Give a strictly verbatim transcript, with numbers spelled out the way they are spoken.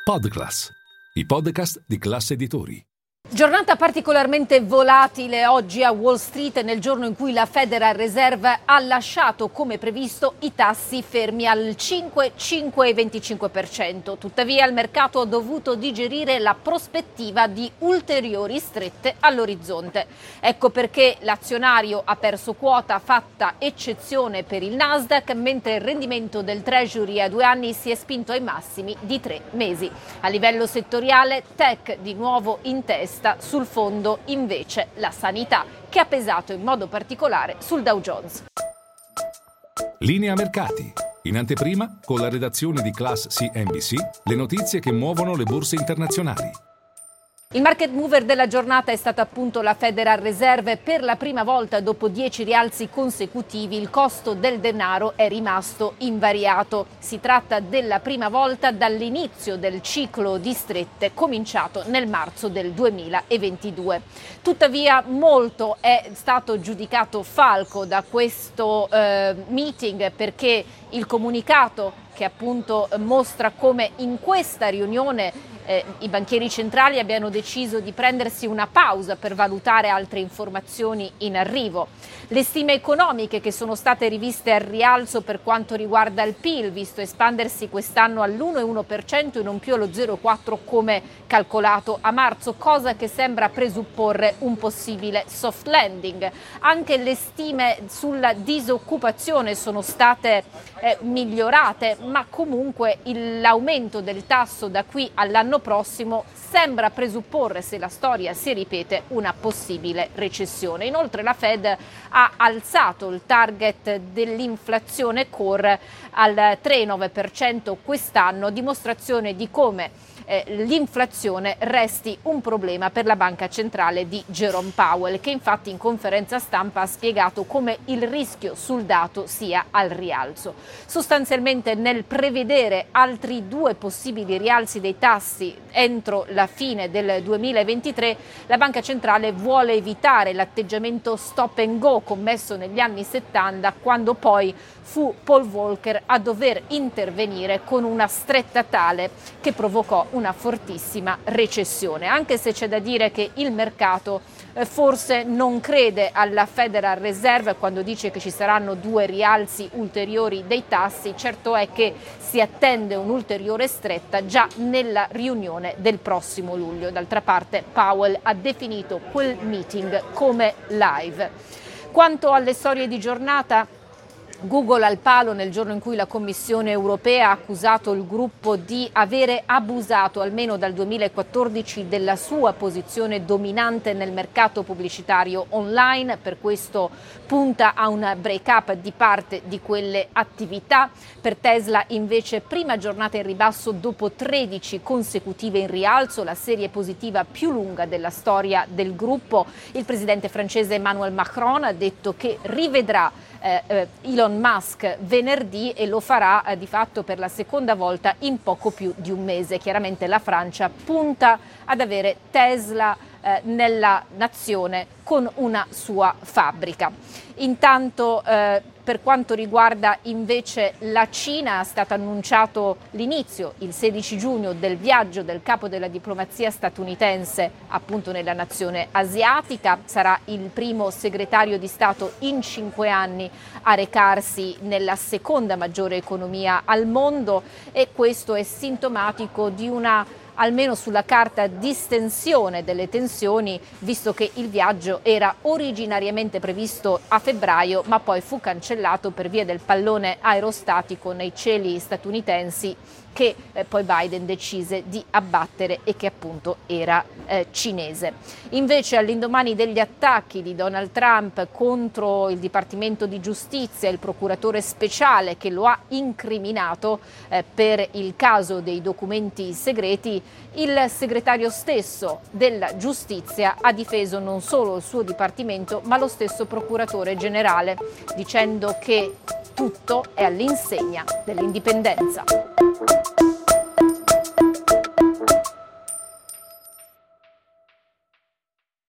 Podclass, i podcast di Class Editori. Giornata particolarmente volatile oggi a Wall Street, nel giorno in cui la Federal Reserve ha lasciato come previsto i tassi fermi al cinque, cinque e venticinque per cento. Tuttavia il mercato ha dovuto digerire la prospettiva di ulteriori strette all'orizzonte. Ecco perché l'azionario ha perso quota, fatta eccezione per il Nasdaq, mentre il rendimento del Treasury a due anni si è spinto ai massimi di tre mesi. A livello settoriale, tech di nuovo in testa. Sul fondo invece la sanità, che ha pesato in modo particolare sul Dow Jones. Linea mercati. In anteprima, con la redazione di Class C N B C, le notizie che muovono le borse internazionali. Il market mover della giornata è stata appunto la Federal Reserve. Per la prima volta dopo dieci rialzi consecutivi il costo del denaro è rimasto invariato. Si tratta della prima volta dall'inizio del ciclo di strette cominciato nel marzo del duemilaventidue. Tuttavia molto è stato giudicato falco da questo eh, meeting, perché il comunicato che appunto mostra come in questa riunione Eh, i banchieri centrali abbiano deciso di prendersi una pausa per valutare altre informazioni in arrivo. Le stime economiche che sono state riviste al rialzo per quanto riguarda il P I L, visto espandersi quest'anno all'uno virgola uno per cento e non più allo zero virgola quattro per cento come calcolato a marzo, cosa che sembra presupporre un possibile soft landing. Anche le stime sulla disoccupazione sono state eh, migliorate, ma comunque il, l'aumento del tasso da qui all'anno prossimo sembra presupporre, se la storia si ripete, una possibile recessione. Inoltre la Fed ha alzato il target dell'inflazione core al tre virgola nove per cento quest'anno, dimostrazione di come eh, l'inflazione resti un problema per la banca centrale di Jerome Powell, che infatti in conferenza stampa ha spiegato come il rischio sul dato sia al rialzo. Sostanzialmente, nel prevedere altri due possibili rialzi dei tassi entro la fine del duemilaventitré, la banca centrale vuole evitare l'atteggiamento stop and go commesso negli anni settanta, quando poi fu Paul Volcker a dover intervenire con una stretta tale che provocò una fortissima recessione. Anche se c'è da dire che il mercato eh, forse non crede alla Federal Reserve quando dice che ci saranno due rialzi ulteriori dei tassi. Certo è che si attende un'ulteriore stretta già nella riunione del prossimo luglio. D'altra parte Powell ha definito quel meeting come live. Quanto alle storie di giornata, Google al palo nel giorno in cui la Commissione europea ha accusato il gruppo di avere abusato almeno dal duemilaquattordici della sua posizione dominante nel mercato pubblicitario online. Per questo punta a un break-up di parte di quelle attività. Per Tesla invece prima giornata in ribasso dopo tredici consecutive in rialzo, la serie positiva più lunga della storia del gruppo. Il presidente francese Emmanuel Macron ha detto che rivedrà Eh, Elon Musk venerdì e lo farà eh, di fatto per la seconda volta in poco più di un mese. Chiaramente la Francia punta ad avere Tesla eh, nella nazione con una sua fabbrica. Intanto eh, per quanto riguarda invece la Cina, è stato annunciato l'inizio il sedici giugno del viaggio del capo della diplomazia statunitense appunto nella nazione asiatica. Sarà il primo segretario di Stato in cinque anni a recarsi nella seconda maggiore economia al mondo, e questo è sintomatico di una, almeno sulla carta, distensione delle tensioni, visto che il viaggio era originariamente previsto a febbraio, ma poi fu cancellato per via del pallone aerostatico nei cieli statunitensi che eh, poi Biden decise di abbattere e che appunto era eh, cinese. Invece, all'indomani degli attacchi di Donald Trump contro il Dipartimento di Giustizia, il procuratore speciale che lo ha incriminato eh, per il caso dei documenti segreti, il segretario stesso della Giustizia ha difeso non solo il suo dipartimento ma lo stesso procuratore generale, dicendo che tutto è all'insegna dell'indipendenza.